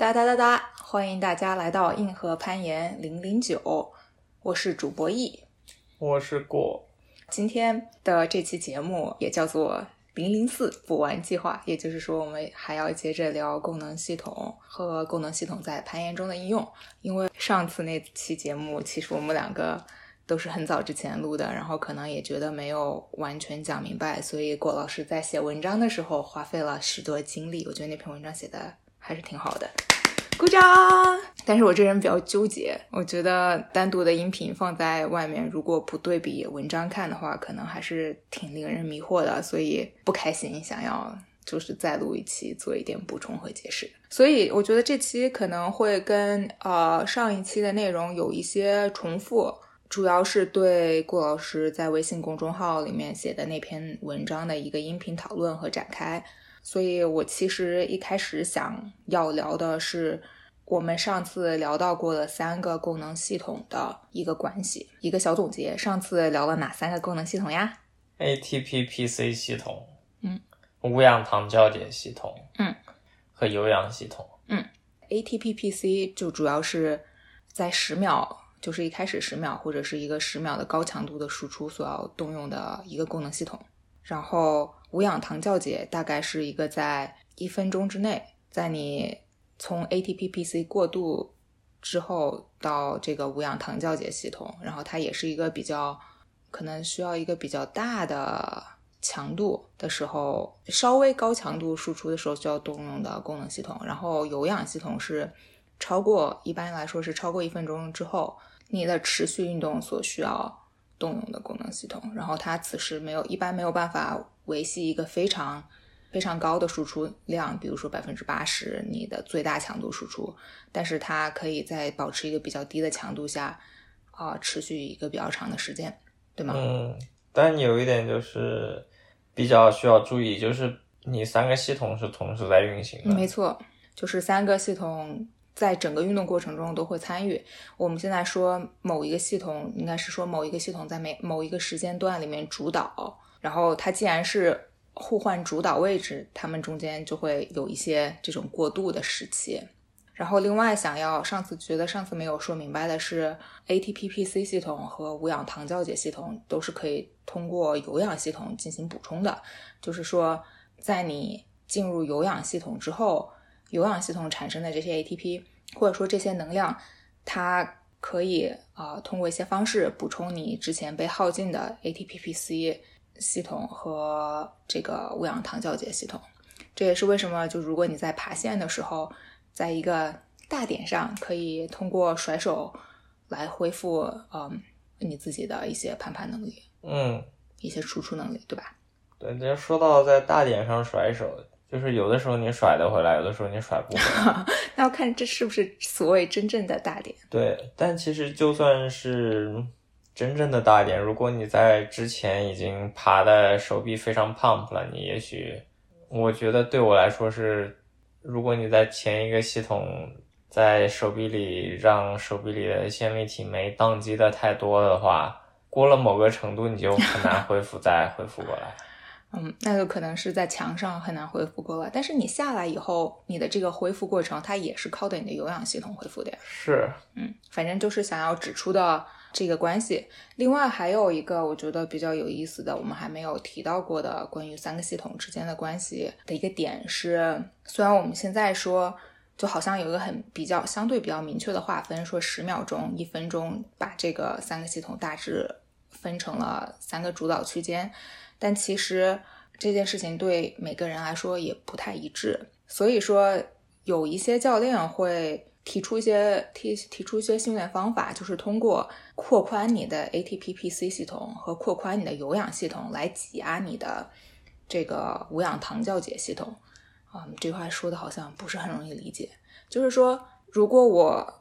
哒哒哒哒，欢迎大家来到硬核攀岩009，我是主播易， 我是果。 今天的这期节目也叫做004补完计划，也就是说我们还要接着聊功能系统和功能系统在攀岩中的应用。因为上次那期节目其实我们两个都是很早之前录的，然后可能也觉得没有完全讲明白，所以果老师在写文章的时候花费了许多精力，我觉得那篇文章写的还是挺好的，鼓掌。但是我这人比较纠结，我觉得单独的音频放在外面，如果不对比文章看的话，可能还是挺令人迷惑的，所以不开心，想要就是再录一期做一点补充和解释。所以我觉得这期可能会跟上一期的内容有一些重复，主要是对顾老师在微信公众号里面写的那篇文章的一个音频讨论和展开。所以我其实一开始想要聊的是我们上次聊到过的3个功能系统的一个关系，一个小总结。上次聊了哪3个功能系统呀？ ATP-PC 系统，无氧糖酵解系统，和有氧系统。 ATP-PC 就主要是在10秒，就是一开始10秒或者是一个10秒的高强度的输出所要动用的一个功能系统。然后无氧糖酵解大概是一个在1分钟之内，在你从 ATP-PC 过渡之后到这个无氧糖酵解系统，然后它也是一个比较可能需要一个比较大的强度的时候，稍微高强度输出的时候需要动用的功能系统。然后有氧系统是一般来说是超过1分钟之后你的持续运动所需要动用的功能系统，然后它此时一般没有办法维系一个非常非常高的输出量，比如说80%你的最大强度输出，但是它可以在保持一个比较低的强度下持续一个比较长的时间，对吗？ 但有一点就是比较需要注意，就是你3个系统是同时在运行的。 没错，就是3个系统在整个运动过程中都会参与。我们现在说某一个系统，应该是说某一个系统在某一个时间段里面主导，然后它既然是互换主导位置，它们中间就会有一些这种过渡的时期。然后另外上次没有说明白的是 ATP-PC 系统和无氧糖酵解系统都是可以通过有氧系统进行补充的，就是说在你进入有氧系统之后，有氧系统产生的这些 ATP 或者说这些能量，它可以通过一些方式补充你之前被耗尽的 ATP-PC 系统和这个无氧糖酵解系统。这也是为什么就如果你在爬线的时候，在一个大点上可以通过甩手来恢复你自己的一些攀爬能力，一些输出能力，对吧？ 对，就说到在大点上甩手，就是有的时候你甩得回来，有的时候你甩不回来。 那要看这是不是所谓真正的大点。 对，但其实就算是真正的大点，如果你在之前已经爬的手臂非常 pump 了，你也许我觉得对我来说是，如果你在前一个系统在手臂里让手臂里的线粒体酶宕机的太多的话，过了某个程度你就很难再恢复过来。 那就可能是在墙上很难恢复过来，但是你下来以后，你的这个恢复过程它也是靠的你的有氧系统恢复的呀。 是， 反正就是想要指出的这个关系。另外还有一个我觉得比较有意思的，我们还没有提到过的关于3个系统之间的关系的一个点是，虽然我们现在说就好像有一个相对比较明确的划分，说10秒钟、1分钟把这个3个系统大致分成了3个主导区间，但其实这件事情对每个人来说也不太一致。所以说有一些教练会提出一些训练方法，就是通过扩宽你的 ATP-PC 系统和扩宽你的有氧系统来挤压你的这个无氧糖酵解系统。这句话说的好像不是很容易理解，就是说如果我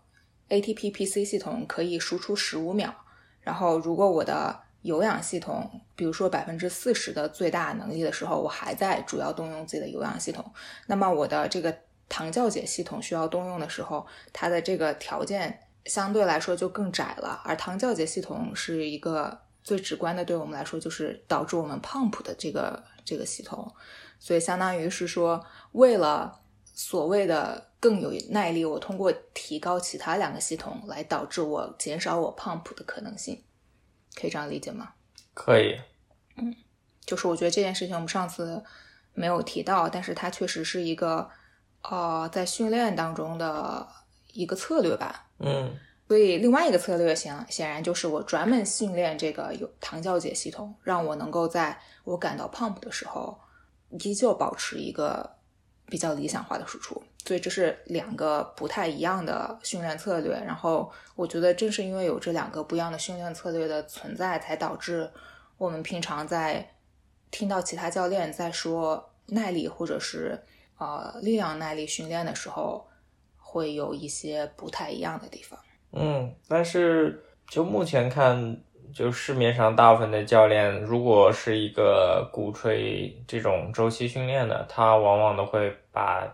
ATP-PC 系统可以输出15秒，然后如果我的有氧系统比如说 40% 的最大能力的时候，我还在主要动用自己的有氧系统，那么我的这个糖酵解系统需要动用的时候，它的这个条件相对来说就更窄了。而糖酵解系统是一个最直观的，对我们来说就是导致我们 pump 的这个系统，所以相当于是说为了所谓的更有耐力，我通过提高其他2个系统来导致我减少我 pump 的可能性，可以这样理解吗？ 可以。 就是我觉得这件事情我们上次没有提到，但是它确实是一个在训练当中的一个策略吧。所以另外一个策略显然就是我专门训练这个有糖酵解系统，让我能够在我感到 pump 的时候依旧保持一个比较理想化的输出。所以这是2个不太一样的训练策略，然后我觉得正是因为有这2个不一样的训练策略的存在，才导致我们平常在听到其他教练在说耐力或者是力量耐力训练的时候，会有一些不太一样的地方。 但是就目前看，就市面上大部分的教练，如果是一个鼓吹这种周期训练的，他往往都会把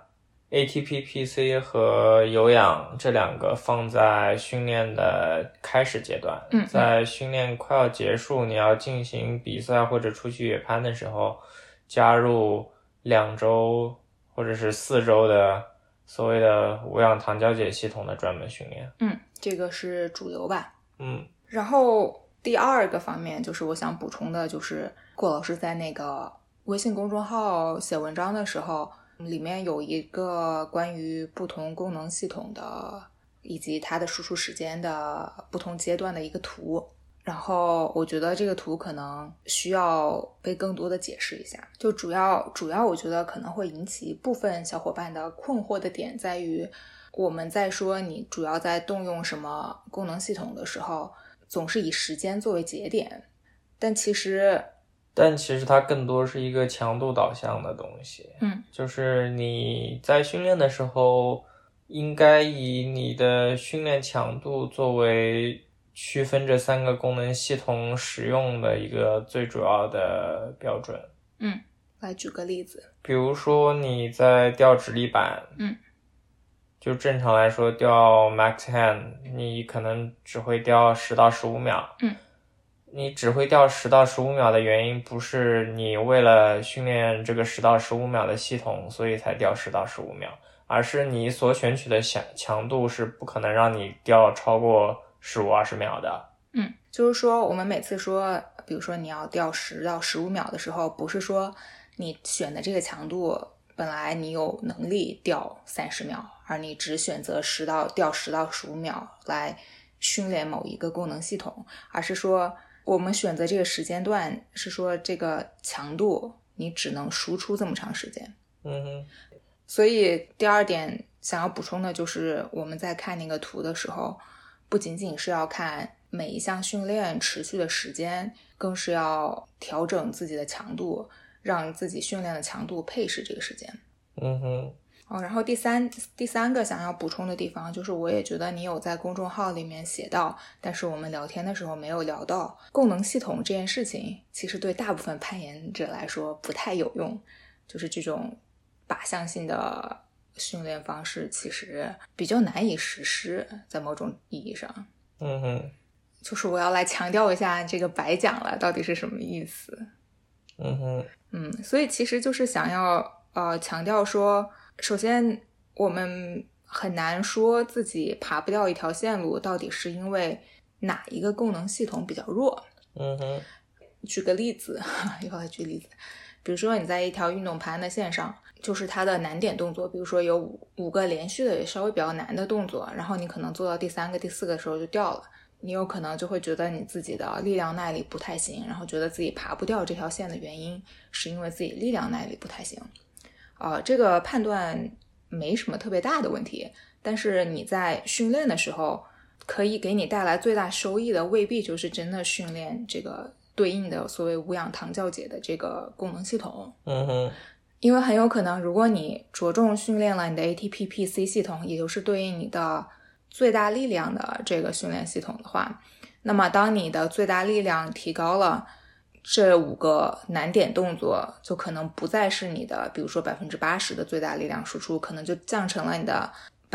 ATP-PC 和有氧这2个放在训练的开始阶段。在训练快要结束，你要进行比赛或者出去野攀的时候，加入2周或者是4周的所谓的无氧糖酵解系统的专门训练。 这个是主流吧。然后第2个方面就是我想补充的，就是郭老师在那个微信公众号写文章的时候，里面有一个关于不同功能系统的以及它的输出时间的不同阶段的一个图，然后我觉得这个图可能需要被更多的解释一下。就主要我觉得可能会引起部分小伙伴的困惑的点在于，我们在说你主要在动用什么功能系统的时候，总是以时间作为节点，但其实它更多是一个强度导向的东西。就是你在训练的时候，应该以你的训练强度作为区分这3个功能系统使用的一个最主要的标准。 来举个例子， 比如说你在吊直立板，就正常来说吊 max hand， 你可能只会吊10到15秒。你只会吊10到15秒的原因，不是你为了训练这个10到15秒的系统，所以才吊10到15秒，而是你所选取的强度是不可能让你吊超过15-20秒的。 就是说我们每次说，比如说你要吊10到15秒的时候，不是说你选的这个强度本来你有能力吊30秒，而你只选择吊10到15秒来训练某一个功能系统，而是说我们选择这个时间段是说这个强度你只能输出这么长时间。所以第2点想要补充的就是我们在看那个图的时候，不仅仅是要看每一项训练持续的时间，更是要调整自己的强度，让自己训练的强度配适这个时间。然后第三个想要补充的地方就是，我也觉得你有在公众号里面写到，但是我们聊天的时候没有聊到，功能系统这件事情其实对大部分攀岩者来说不太有用，就是这种靶向性的训练方式其实比较难以实施，在某种意义上。就是我要来强调一下这个白讲了到底是什么意思。所以其实就是想要强调说，首先我们很难说自己爬不掉一条线路到底是因为哪一个功能系统比较弱。举个例子，又要举例子，比如说你在一条运动攀的线上，就是它的难点动作，比如说有5个连续的稍微比较难的动作，然后你可能做到第3个第4个的时候就掉了，你有可能就会觉得你自己的力量耐力不太行，然后觉得自己爬不掉这条线的原因是因为自己力量耐力不太行。这个判断没什么特别大的问题，但是你在训练的时候可以给你带来最大收益的未必就是真的训练这个对应的所谓无氧糖酵解的这个功能系统。因为很有可能如果你着重训练了你的 ATP-PC 系统，也就是对应你的最大力量的这个训练系统的话，那么当你的最大力量提高了，这5个难点动作就可能不再是你的比如说 80% 的最大力量输出，可能就降成了你的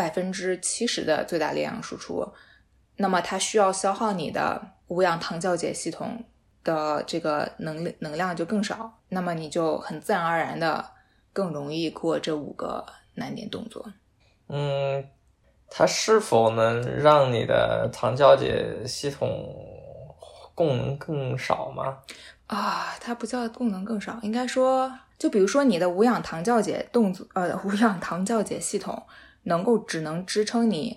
70% 的最大力量输出，那么它需要消耗你的无氧糖酵解系统的这个能量就更少，那么你就很自然而然的更容易过这5个难点动作。 它是否能让你的糖酵解系统功能更少吗？ 它不叫功能更少，应该说，就比如说你的无氧糖酵解无氧糖酵解系统只能支撑你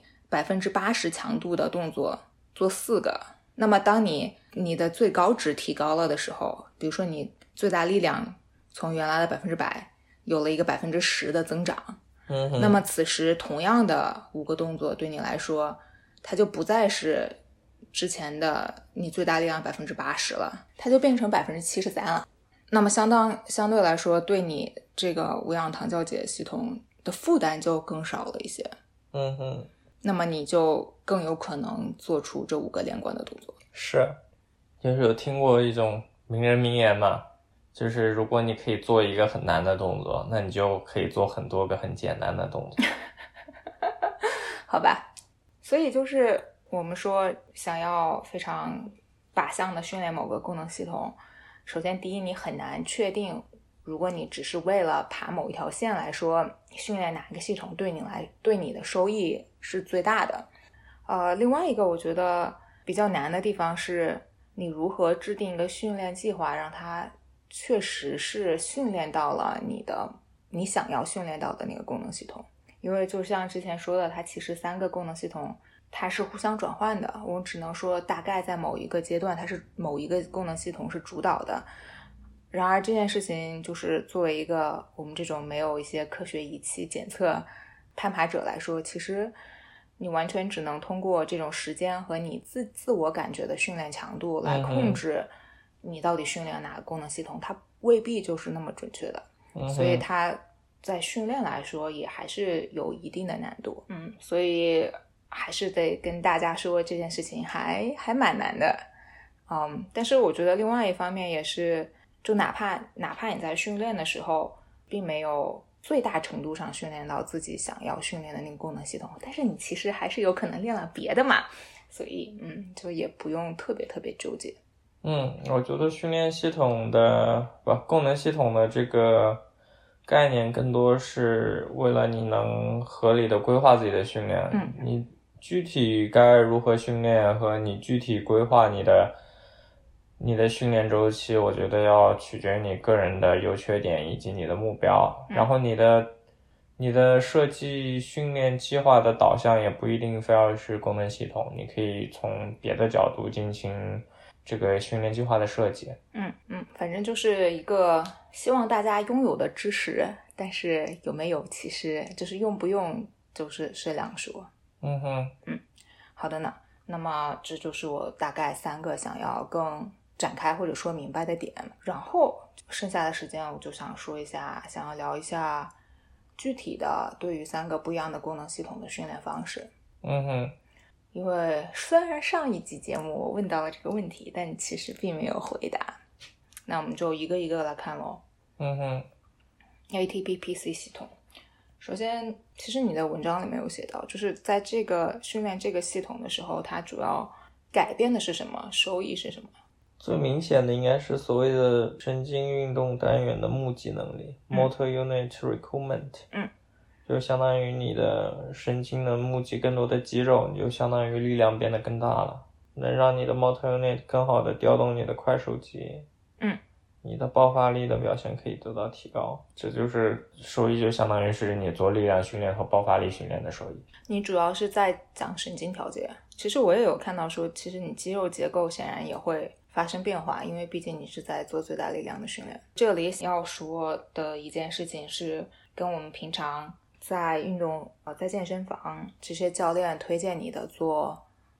80%强度的动作做4个。那么当你的最高值提高了的时候，比如说你最大力量从原来的100%有了一个10%的增长，那么此时同样的5个动作对你来说，它就不再是之前的你最大力量80%了，它就变成73%了。那么相对来说，对你这个无氧糖酵解系统的负担就更少了一些。那么你就更有可能做出这5个连贯的动作。 是，就是有听过一种名人名言嘛，就是如果你可以做一个很难的动作，那你就可以做很多个很简单的动作。 好吧，所以就是我们说想要非常靶向的训练某个功能系统，首先第一，你很难确定，如果你只是为了爬某一条线来说，训练哪一个系统对你的收益是最大的。另外一个我觉得比较难的地方是，你如何制定一个训练计划，让它确实是训练到了你想要训练到的那个功能系统。因为就像之前说的，它其实3个功能系统它是互相转换的，我只能说大概在某一个阶段它是某一个功能系统是主导的。然而这件事情就是作为一个我们这种没有一些科学仪器检测攀爬者来说，其实你完全只能通过这种时间和你自我感觉的训练强度来控制你到底训练哪个功能系统，它未必就是那么准确的。所以它在训练来说也还是有一定的难度。所以还是得跟大家说这件事情还蛮难的。但是我觉得另外一方面也是，就哪怕你在训练的时候并没有最大程度上训练到自己想要训练的那个功能系统，但是你其实还是有可能练了别的嘛，所以就也不用特别纠结。 我觉得训练系统的功能系统的这个概念更多是为了你能合理的规划自己的训练。你具体该如何训练和你具体规划你的训练周期，我觉得要取决于你个人的优缺点以及你的目标。然后你的设计训练计划的导向也不一定非要是功能系统，你可以从别的角度进行这个训练计划的设计。 反正就是一个希望大家拥有的知识，但是有没有其实就是用不用是两说。好的呢，那么这就是我大概3个想要更展开或者说明白的点，然后剩下的时间我就想要聊一下具体的对于3个不一样的功能系统的训练方式。因为虽然上一集节目我问到了这个问题，但其实并没有回答，那我们就一个一个来看咯。ATP PC 系统，首先其实你的文章里面有写到，就是在这个训练这个系统的时候，它主要改变的是什么，收益是什么？ 最明显的应该是所谓的神经运动单元的目击能力，motor unit recruitment。就相当于你的神经能目击更多的肌肉，你就相当于力量变得更大了，能让你的 motor unit 更好的调动你的快手肌。你的爆发力的表现可以得到提高，这就是收益，就相当于是你做力量训练和爆发力训练的收益。 你主要是在讲神经调节，其实我也有看到说，其实你肌肉结构显然也会发生变化，因为毕竟你是在做最大力量的训练。这里要说的一件事情是跟我们平常在在健身房这些教练推荐你的做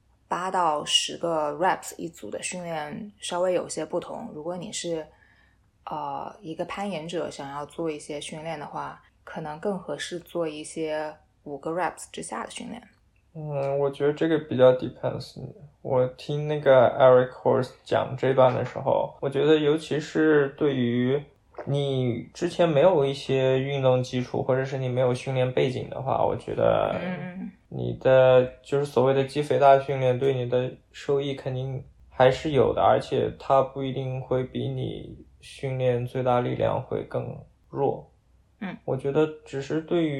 8到10个 reps 一组的训练稍微有些不同。如果你是一个攀岩者想要做一些训练的话，可能更合适做一些5个 reps 之下的训练。 我觉得这个比较 depends。我听那个 Eric Horst 讲这段的时候，我觉得尤其是对于你之前没有一些运动基础，或者是你没有训练背景的话，我觉得你的就是所谓的肌肥大训练对你的收益肯定还是有的，而且它不一定会比你训练最大力量会更弱。 嗯， 我觉得只是对于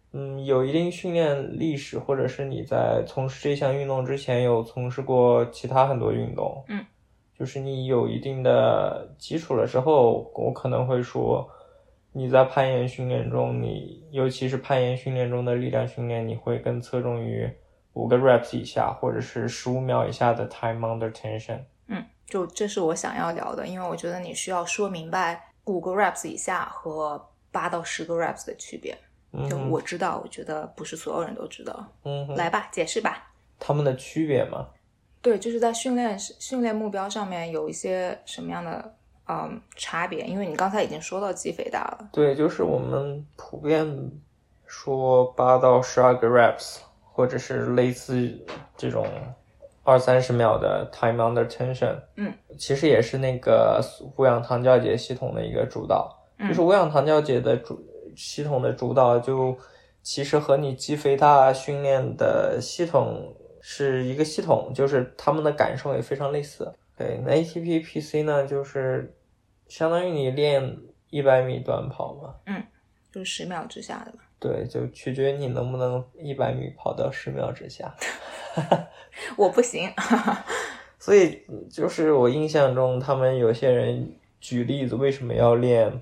有一定训练历史，或者是你在从事这项运动之前有从事过其他很多运动，就是你有一定的基础了之后，我可能会说你在攀岩训练中，你尤其是攀岩训练中的力量训练，你会更侧重于5个 reps 以下，或者是15秒以下的 time under tension。 就这是我想要聊的，因为我觉得你需要说明白5个 reps 以下和8到10个 reps 的区别。就我知道，我觉得不是所有人都知道。来吧，解释吧。 他们的区别吗？ 对，就是在训练目标上面有一些什么样的差别？因为你刚才已经说到肌肥大了。 对，就是我们普遍说8到12个 reps， 或者是类似这种20-30秒的 time under tension， 其实也是那个无氧糖酵解系统的一个主导，就是无氧糖酵解的系统的主导，就其实和你肌肥大训练的系统是一个系统，就是他们的感受也非常类似。对，那 ATP PC 呢，就是相当于你练100米短跑嘛， 就是10秒之下的嘛。 对，就取决于你能不能100米跑到10秒之下。 我不行。 所以就是我印象中他们有些人举例子为什么要练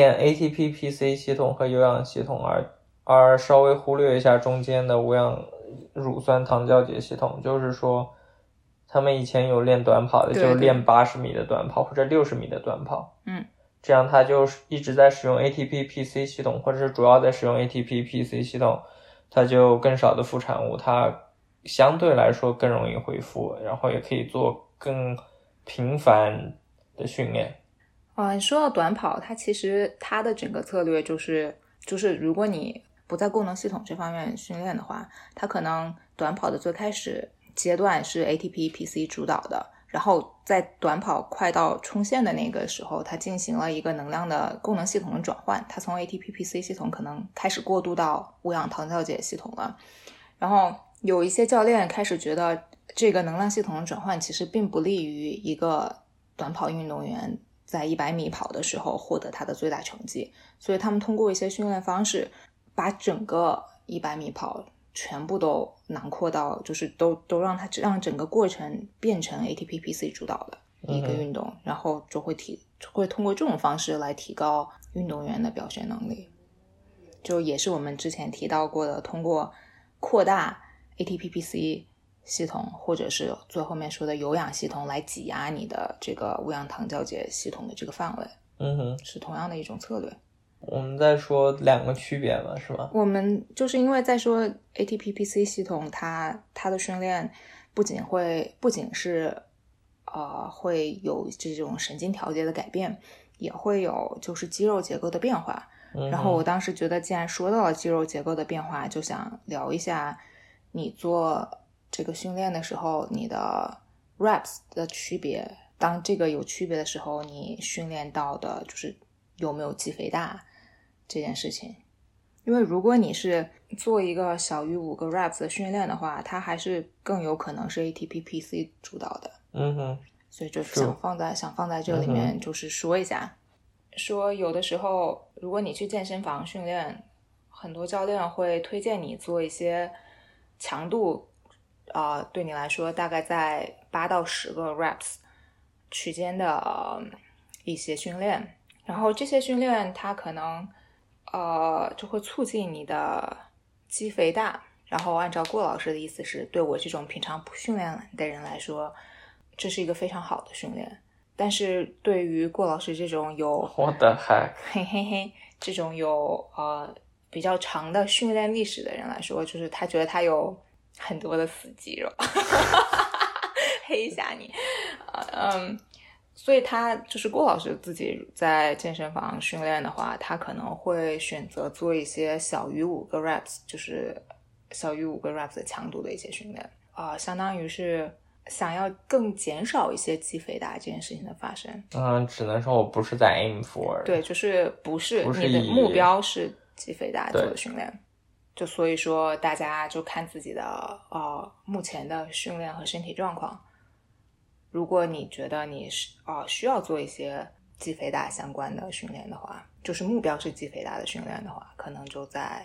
ATP PC 系统和有氧系统，而稍微忽略一下中间的无氧乳酸糖酵解系统，就是说他们以前有练短跑的，就练80米的短跑或者60米的短跑，这样他就一直在使用 ATP PC 系统，或者是主要在使用 ATP PC 系统，他就更少的副产物，他相对来说更容易恢复，然后也可以做更频繁的训练。 你说到短跑，它其实它的整个策略就是如果你不在功能系统这方面训练的话，它可能短跑的最开始阶段是 ATP PC 主导的，然后在短跑快到冲线的那个时候，它进行了一个能量的功能系统的转换，它从 ATP PC 系统可能开始过渡到无氧糖酵解系统了。然后有一些教练开始觉得这个能量系统的转换其实并不利于一个短跑运动员在100米跑的时候获得他的最大成绩，所以他们通过一些训练方式把整个100米跑全部都囊括到，就是都让整个过程变成 ATP PC 主导的一个运动，然后就会通过这种方式来提高运动员的表现能力。就也是我们之前提到过的，通过扩大 ATP PC 系统，或者是最后面说的有氧系统来挤压你的这个无氧糖酵解系统的这个范围，是同样的一种策略。 我们在说2个区别嘛，是吧？ 我们就是因为在说 ATP PC 系统，它的训练不仅是会有这种神经调节的改变，也会有就是肌肉结构的变化。然后我当时觉得既然说到了肌肉结构的变化，就想聊一下你做这个训练的时候你的 reps 的区别，当这个有区别的时候，你训练到的就是有没有肌肥大这件事情。因为如果你是做一个小于5个 reps 的训练的话，它还是更有可能是 ATP PC 主导的。所以就想放在这里面就是说一下，说有的时候如果你去健身房训练，很多教练会推荐你做一些强度对你来说大概在8到10个 reps 区间的一些训练，然后这些训练它可能就会促进你的肌肥大，然后按照郭老师的意思是，对我这种平常不训练的人来说，这是一个非常好的训练。但是对于郭老师这种有 What the heck 这种有比较长的训练历史的人来说，就是他觉得他有很多的死肌肉黑一下你所以他就是郭老师自己在健身房训练的话，他可能会选择做一些小于5个 reps， 就是小于5个 reps 的强度的一些训练相当于是想要更减少一些肌肥大这件事情的发生。 只能说我不是在 aim for。 对，就是不是你的目标是肌肥大做的训练，就所以说大家就看自己的目前的训练和身体状况。如果你觉得你需要做一些肌肥大相关的训练的话，就是目标是肌肥大的训练的话，可能就在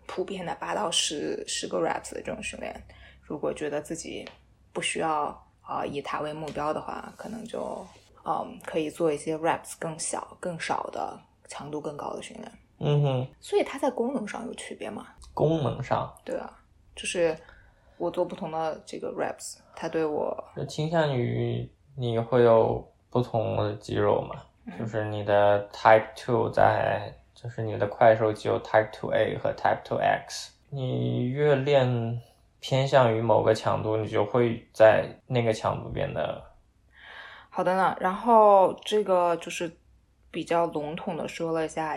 普遍的8到10个 reps 的这种训练。如果觉得自己不需要以它为目标的话，可能就可以做一些 reps 更小更少的强度更高的训练。 嗯哼， 所以它在功能上有区别吗？ 功能上， 对啊，就是我做不同的这个 reps， 它对我就倾向于你会有不同的肌肉嘛，就是你的 Type 2就是你的快手肌有 Type 2A 和 Type 2X， 你越练偏向于某个强度，你就会在那个强度变得好的呢。然后这个就是比较笼统的说了一下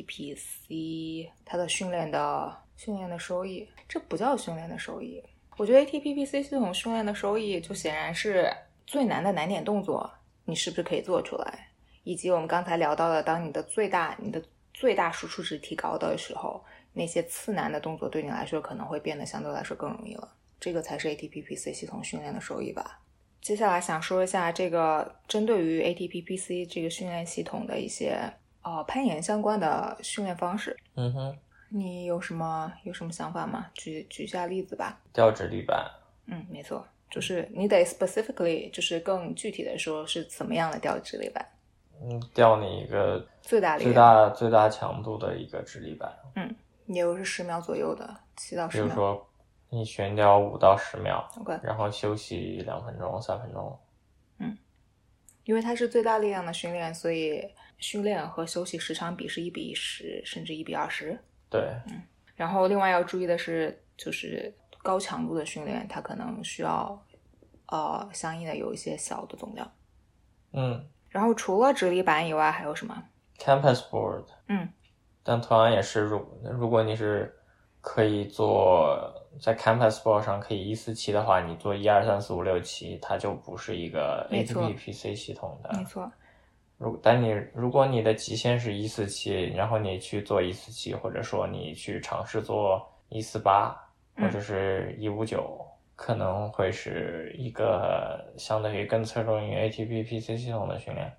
ATPPC 它的训练的收益。这不叫训练的收益，我觉得 ATPPC 系统训练的收益就显然是最难的难点动作你是不是可以做出来，以及我们刚才聊到的当你的最大输出值提高的时候，那些次难的动作对你来说可能会变得相对来说更容易了，这个才是 ATPPC 系统训练的收益吧。接下来想说一下这个针对于 ATPPC 这个训练系统的一些攀岩相关的训练方式。 嗯哼， 你有什么想法吗？举一下例子吧。 吊直立板。 没错，就是你得 specifically 就是更具体的说是怎么样的吊直立板。 吊你一个最大强度的一个直立板。 也就是10秒左右的7到10秒。 比如说你悬吊5到10秒 OK， 然后休息2分钟3分钟。 因为它是最大力量的训练，所以训练和休息时长比是1:10甚至1:20。 对， 然后另外要注意的是，就是高强度的训练它可能需要相应的有一些小的总量。然后除了直立板以外还有什么？ Campus board。但同样也是如果你是可以做在 Campus board 上可以147的话，你做1 2 3 4 5 6 7它就不是一个 ATPPC 系统的。 没错。 但如果你的极限是147，然后你去做147，或者说你去尝试做148或者是159，可能会是一个相对于更侧重于 ATPPC 系统的训练。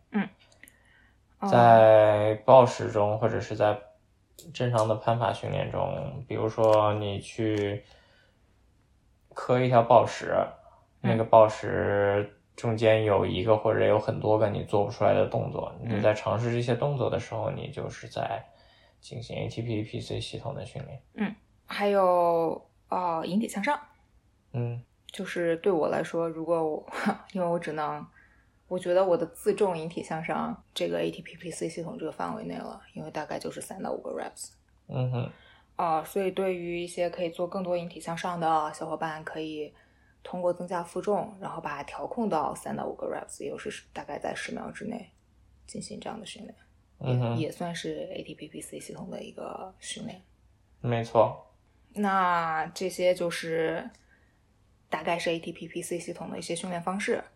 在抱石中或者是在正常的攀爬训练中，比如说你去磕一条抱石，那个抱石中间有一个或者有很多个你做不出来的动作，你在尝试这些动作的时候，你就是在进行 ATPPC 系统的训练。 还有引体向上。就是对我来说，如果因为我觉得我的自重引体向上这个 ATPPC 系统这个范围内了，因为大概就是3到5个 reps。所以对于一些可以做更多引体向上的小伙伴，可以通过增加负重，然后把它调控到3到5个 reps， 也就是大概在10秒之内进行这样的训练。也算是 ATPPC 系统的一个训练。 没错。 那这些就是大概是 ATPPC 系统的一些训练方式。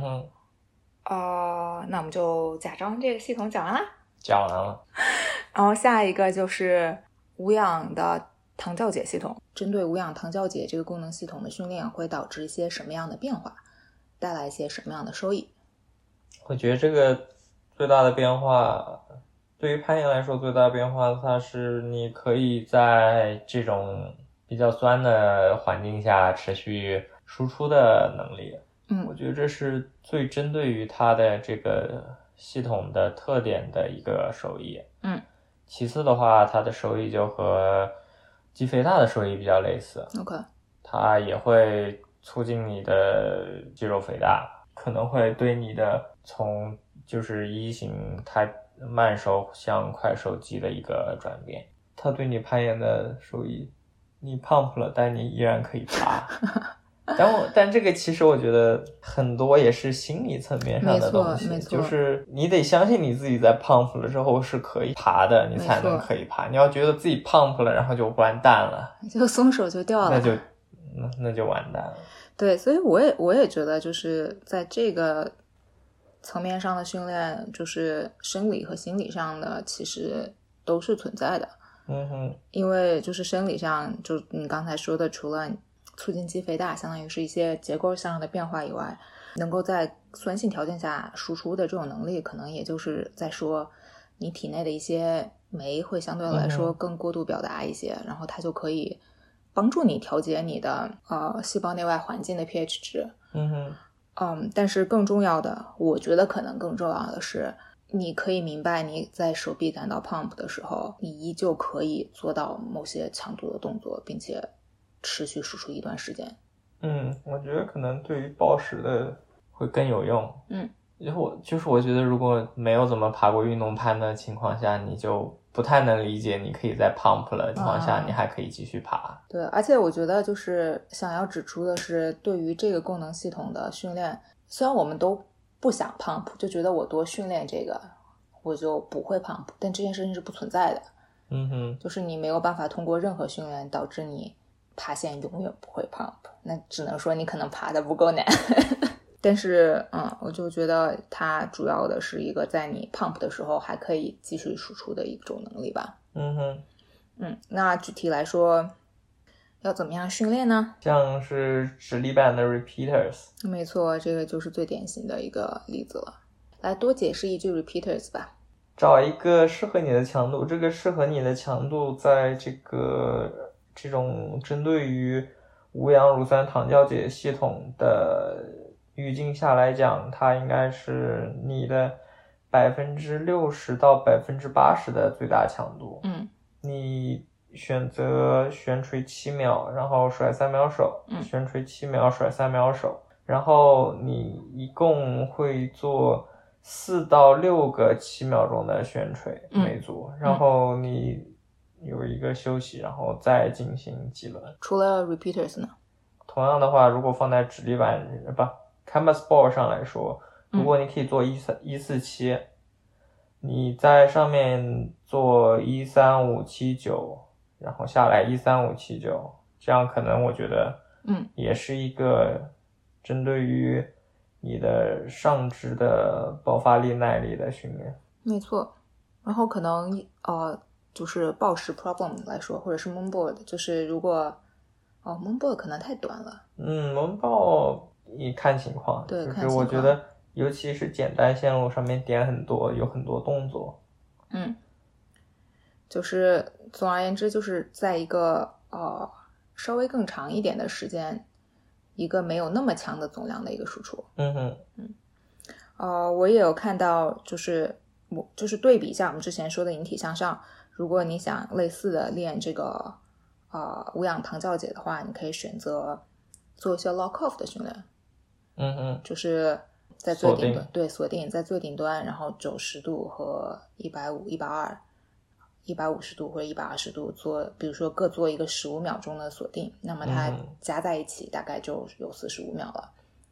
那我们就假装这个系统讲完了。 讲完了。 然后下一个就是无氧的糖酵解系统。针对无氧糖酵解这个功能系统的训练会导致一些什么样的变化，带来一些什么样的收益？ 我觉得这个最大的变化，对于攀岩来说最大的变化，它是你可以在这种比较酸的环境下持续输出的能力。我觉得这是最针对于它的这个系统的特点的一个收益。其次的话，它的收益就和肌肥大的收益比较类似。它也会促进你的肌肉肥大，可能会对你的从就是一型太慢手向快手肌的一个转变。它对你攀岩的收益，你 pump 了，但你依然可以爬。但这个其实我觉得很多也是心理层面上的东西，就是你得相信你自己在 pump 了之后是可以爬的，你才能可以爬。你要觉得自己 pump 了，然后就完蛋了， 就松手就掉了， 那就完蛋了。 对，所以我也觉得就是在这个层面上的训练，就是生理和心理上的其实都是存在的。因为就是生理上，就你刚才说的，除了促进肌肥大，相当于是一些结构上的变化以外，能够在酸性条件下输出的这种能力，可能也就是在说你体内的一些酶会相对来说更过度表达一些，然后它就可以帮助你调节你的细胞内外环境的 pH 值。但是更重要的，我觉得可能更重要的是，你可以明白你在手臂感到 pump 的时候，你依旧可以做到某些强度的动作，并且持续输出一段时间。 我觉得可能对于暴食的会更有用。我觉得如果没有怎么爬过运动攀的情况下，你就不太能理解你可以在 pump 的情况下你还可以继续爬。 对，而且我觉得就是想要指出的是，对于这个功能系统的训练，虽然我们都不想 pump， 就觉得我多训练这个我就不会 pump， 但这件事情是不存在的。就是你没有办法通过任何训练导致你爬线永远不会 pump， 那只能说你可能爬得不够难。但是我就觉得它主要的是一个在你 pump 的时候还可以继续输出的一种能力吧。那具体来说要怎么样训练呢？ 像是直立板的 repeaters。 没错，这个就是最典型的一个例子了。来多解释一句 repeaters 吧。 找一个适合你的强度，这个适合你的强度在这种针对于无氧乳酸糖酵解系统的语境下来讲，它应该是你的60%到80%的最大强度。你选择悬垂7秒，然后甩3秒手，悬垂7秒，甩3秒手，然后你一共会做4到6个7秒钟的悬垂每组，然后你有一个休息，然后再进行几轮。 除了 repeaters 呢？ 同样的话，如果放在直立板canvas ball 上来说，如果你可以做147，你在上面做13579，然后下来13579，这样可能我觉得也是一个针对于你的上肢的爆发力耐力的训练。 没错。然后可能就是暴食 problem 来说，或者是 moonboard， 就是如果moonboard 可能太短了。 moonboard 你看情况， 对， 就是我觉得尤其是简单线路上面点很多，有很多动作。 就是总而言之，就是在一个稍微更长一点的时间，一个没有那么强的总量的一个输出。我也有看到，就是对比一下我们之前说的引体向上，如果你想类似的练这个无氧糖酵解的话，你可以选择做一些 lock off 的训练。就是在最顶端，对，锁定在最顶端，然后90度和150、120、150度或者120度做，比如说各做一个15秒钟的锁定，那么它加在一起大概就有45秒了。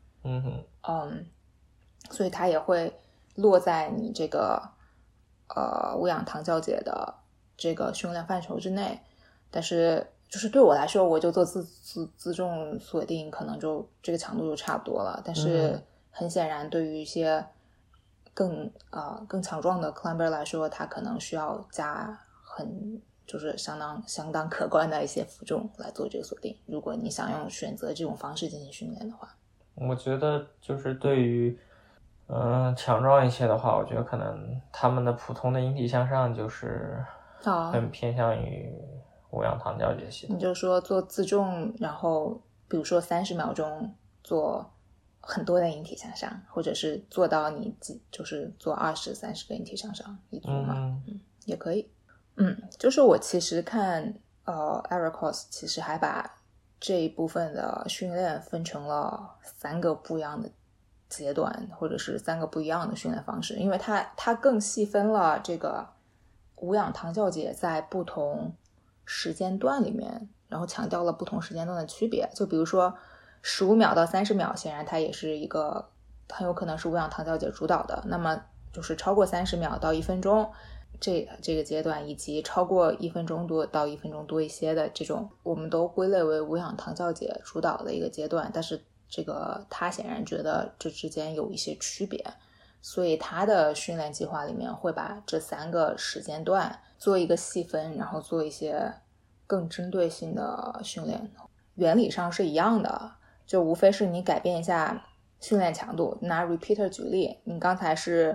所以它也会落在你这个无氧糖酵解的这个训练范畴之内。但是就是对我来说，我就做自重锁定，可能就这个强度就差不多了。但是很显然，对于一些更强壮的 climber 来说，他可能需要加就是相当可观的一些负重来做这个锁定。如果你想选择这种方式进行训练的话， 我觉得就是对于强壮一些的话，我觉得可能他们的普通的引体向上就是很偏向于无氧糖酵解系统。 你就说做自重，然后比如说30秒钟做很多的引体向上，或者是做到你就是做20、30个引体向上一组嘛，也可以。就是我其实看Ericos 其实还把这一部分的训练分成了3个不一样的阶段，或者是3个不一样的训练方式，因为它更细分了这个无氧糖酵解在不同时间段里面，然后强调了不同时间段的区别。就比如说15秒到30秒，显然它也是一个很有可能是无氧糖酵解主导的，那么就是超过30秒到1分钟这个阶段，以及超过1分钟多到1分钟多一些的这种，我们都归类为无氧糖酵解主导的一个阶段。但是这个他显然觉得这之间有一些区别，所以他的训练计划里面会把这3个时间段做一个细分，然后做一些更针对性的训练。原理上是一样的，就无非是你改变一下训练强度。拿 repeater 举例，你刚才是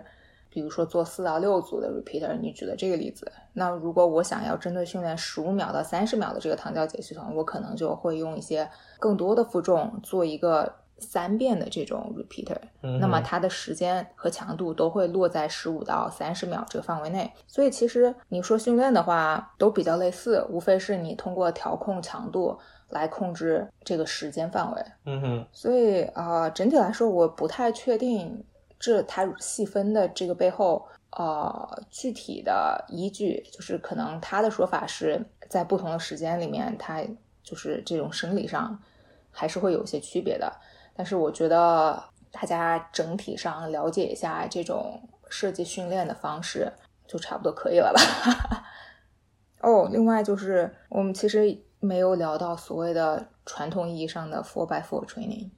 比如说做4到6组的 repeater， 你举的这个例子，那如果我想要针对训练15秒到30秒的这个糖酵解系统，我可能就会用一些更多的负重做一个3遍的这种 repeater，那么它的时间和强度都会落在15到30秒这个范围内。所以其实你说训练的话都比较类似，无非是你通过调控强度来控制这个时间范围。所以整体来说我不太确定它细分的这个背后具体的依据，就是可能他的说法是在不同的时间里面它就是这种生理上还是会有一些区别的，但是我觉得大家整体上了解一下这种设计训练的方式就差不多可以了吧。另外就是我们其实没有聊到所谓的传统意义上的 4x4 training，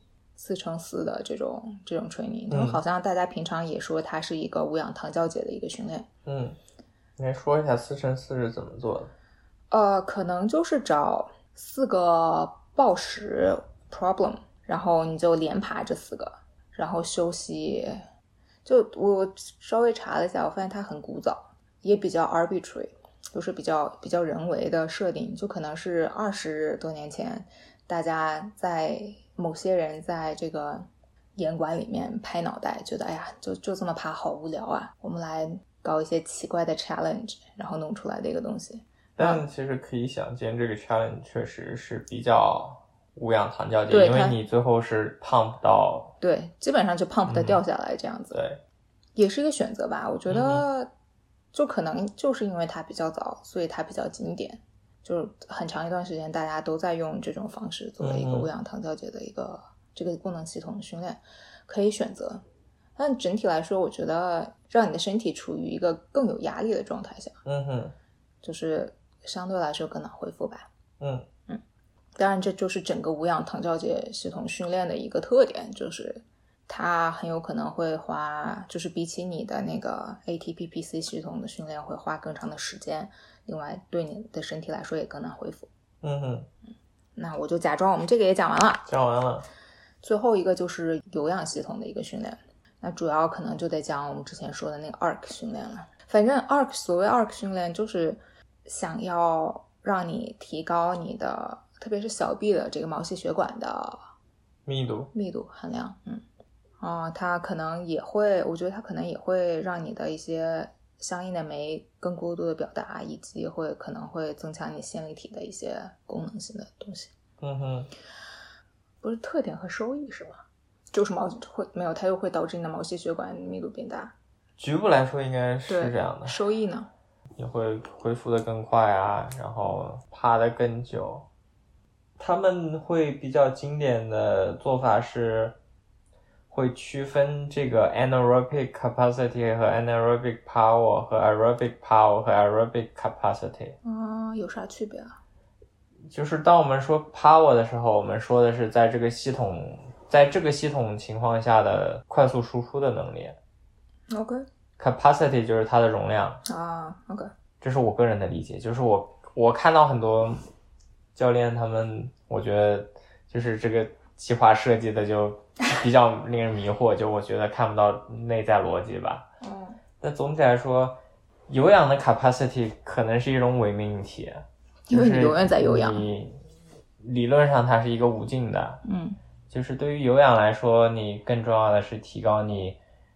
4x4的这种 training，好像大家平常也说它是一个无氧糖酵解的一个训练。 你来说一下4x4是怎么做的？ 可能就是找4个暴食 problem， 然后你就连爬这4个，然后休息。就我稍微查了一下，我发现它很古早，也比较 arbitrary， 就是比较人为的设定，就可能是20多年前大家某些人在这个严管里面拍脑袋，觉得哎呀就这么爬好无聊啊，我们来搞一些奇怪的 challenge， 然后弄出来的一个东西。 但其实可以想见这个 challenge 确实是比较无氧糖酵解，因为你最后是 pump 到， 对，基本上就 pump 的掉下来这样子。 对， 也是一个选择吧。我觉得就可能就是因为它比较早，所以它比较经典，就是很长一段时间大家都在用这种方式作为一个无氧糖酵解的一个这个功能系统的训练，可以选择。但整体来说我觉得让你的身体处于一个更有压力的状态下，就是相对来说更难恢复吧。当然这就是整个无氧糖酵解系统训练的一个特点，就是它很有可能会就是比起你的那个 ATP-PC 系统的训练会花更长的时间，另外对你的身体来说也更难恢复。那我就假装我们这个也讲完了。 讲完了。 最后一个就是有氧系统的一个训练，那主要可能就得讲我们之前说的那个 ARC 训练了。反正所谓 ARC 训练就是想要让你提高你的特别是小臂的这个毛细血管的密度含量。它可能也会，我觉得它可能也会让你的一些相应的酶更过度的表达，以及可能会增强你线粒体的一些功能性的东西。不是特点和收益是吗？就是它又会导致你的毛细血管密度变大。 局部来说应该是这样的。 收益呢？ 你会恢复的更快啊，然后爬得更久。他们会比较经典的做法是会区分这个 anaerobic capacity 和 anaerobic power 和 aerobic power 和 aerobic capacity。 有啥区别啊？ 就是当我们说 power 的时候，我们说的是在这个系统情况下的快速输出的能力。capacity 就是它的容量。这是我个人的理解，就是我看到很多教练他们，我觉得就是这个计划设计的就比较令人迷惑，就我觉得看不到内在逻辑吧。但总体来说，有氧的 capacity 可能是一种伪命题， 因为你永远在有氧。 你理论上它是一个无尽的。就是对于有氧来说，你更重要的是提高你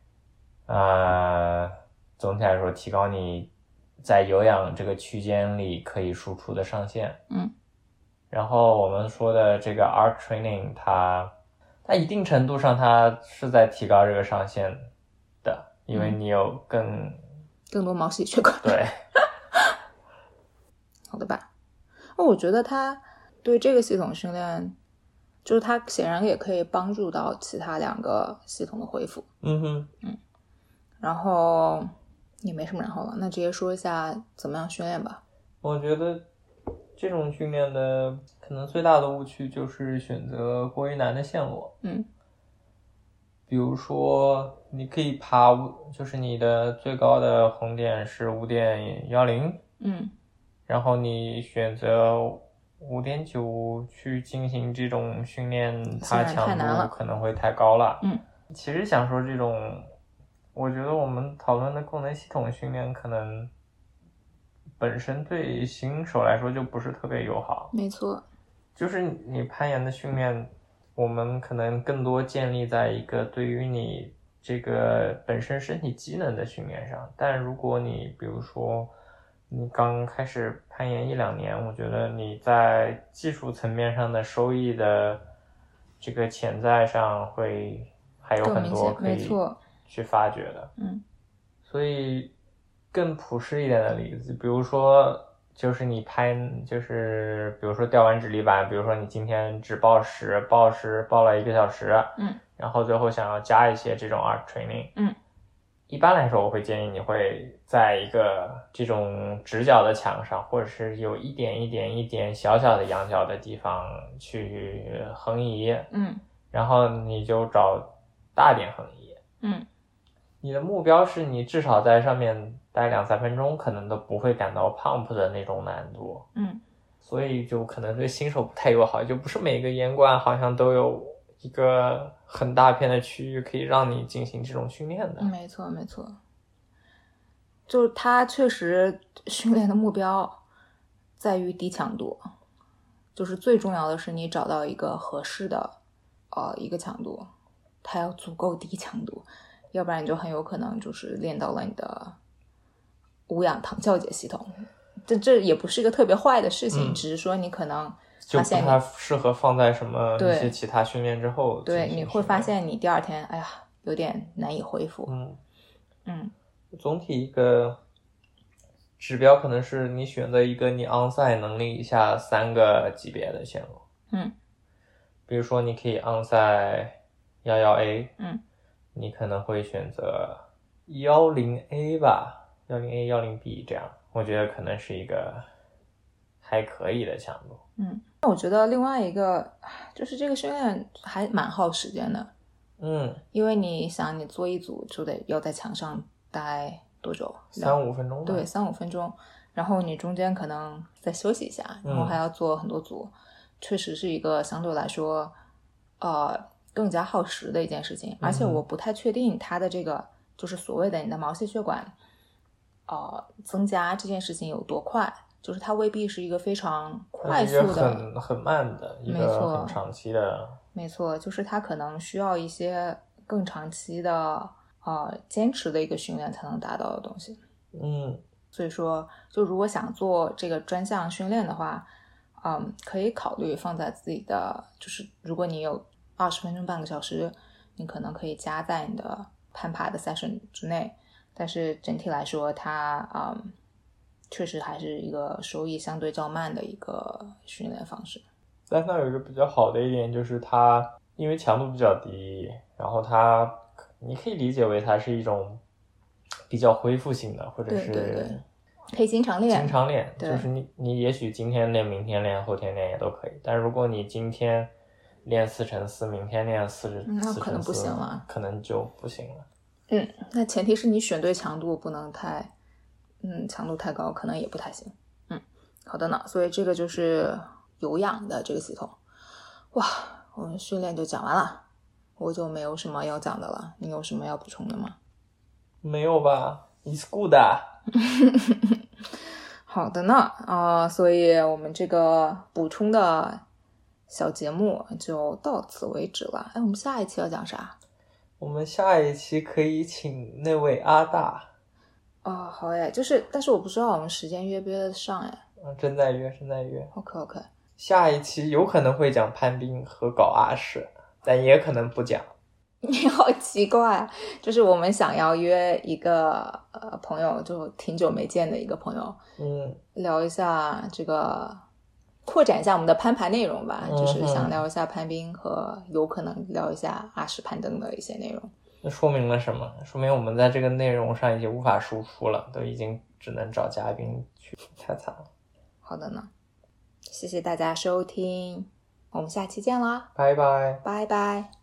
总体来说提高你在有氧这个区间里可以输出的上限。然后我们说的这个 ARC training 它一定程度上它是在提高这个上限的，因为你有更多毛细血管。 对。 好的吧。我觉得它对这个系统训练，就是它显然也可以帮助到其他2个系统的恢复。然后也没什么然后了，那直接说一下怎么样训练吧。 我觉得这种训练的可能最大的误区就是选择过于难的线路。比如说你可以爬，就是你的最高的红点是 5.10，然后你选择 5.9 去进行这种训练，它强度可能会太高了。其实想说这种我觉得我们讨论的功能系统训练可能本身对新手来说就不是特别友好。 没错， 就是你攀岩的训练，我们可能更多建立在一个对于你这个本身身体机能的训练上。但如果你比如说你刚开始攀岩1-2年，我觉得你在技术层面上的收益的这个潜在上会还有很多可以去发掘的。所以更朴实一点的例子，比如说就是你就是比如说吊完直立板，比如说你今天只报10报了1个小时，然后最后想要加一些这种 arc training，一般来说我会建议你会在一个这种直角的墙上，或者是有一点小小的仰角的地方去横移，然后你就找大点横移，你的目标是你至少在上面待2-3分钟，可能都不会感到 pump 的那种难度，所以就可能对新手不太友好，就不是每个岩馆好像都有一个很大片的区域可以让你进行这种训练的。 没错，就是它确实训练的目标在于低强度，就是最重要的是你找到一个合适的一个强度，它要足够低强度，要不然你就很有可能就是练到了你的无氧糖酵解系统。这也不是一个特别坏的事情，只是说你可能就不太适合放在什么一些其他训练之后。 对，你会发现你第2天哎呀有点难以恢复。 总体一个指标可能是你选择一个你 onsite 能力以下3个级别的线路。比如说你可以 onsite 11A，你可能会选择10A 吧，10A 10B 这样，我觉得可能是一个还可以的强度。 我觉得另外一个就是这个训练还蛮耗时间的。因为你想你做一组就得要在墙上待多久 ？3-5分钟。 对，3-5分钟，然后你中间可能再休息一下，然后还要做很多组，确实是一个相对来说更加耗时的一件事情。而且我不太确定它的这个就是所谓的你的毛细血管增加这件事情有多快，就是它未必是一个非常快速的很慢的一个很长期的。 没错，就是它可能需要一些更长期的坚持的一个训练才能达到的东西。所以说就如果想做这个专项训练的话，可以考虑放在自己的，就是如果你有20分钟半个小时，你可能可以加在你的攀爬的 session 之内，但是整体来说它确实还是一个收益相对较慢的一个训练方式。 但它有一个比较好的一点，就是它因为强度比较低，然后你可以理解为它是一种比较恢复性的，或者是对可以经常练， 就是你也许今天练，明天练，后天练也都可以。但如果你今天练4×4，明天练4×4， 那可能不行了， 可能就不行了。 那前提是你选对强度，不能太强度太高，可能也不太行。好的呢，所以这个就是有氧的这个系统。哇，我们训练就讲完了，我就没有什么要讲的了。你有什么要补充的吗？ 没有吧， It's good 好的呢，所以我们这个补充的小节目就到此为止了。我们下一期要讲啥？ 我们下一期可以请那位阿大。 好耶，但是我不知道我们时间约不约得上耶。 正在约。 OK。 下一期有可能会讲攀冰和搞阿式，但也可能不讲。 你好奇怪，就是我们想要约一个朋友，就挺久没见的一个朋友，聊一下这个，扩展一下我们的攀爬内容吧，就是想聊一下攀冰和有可能聊一下阿式攀登的一些内容。 那说明了什么？说明我们在这个内容上已经无法输出了，都已经只能找嘉宾去，太惨了。 好的呢，谢谢大家收听，我们下期见啦， 拜拜。 拜拜。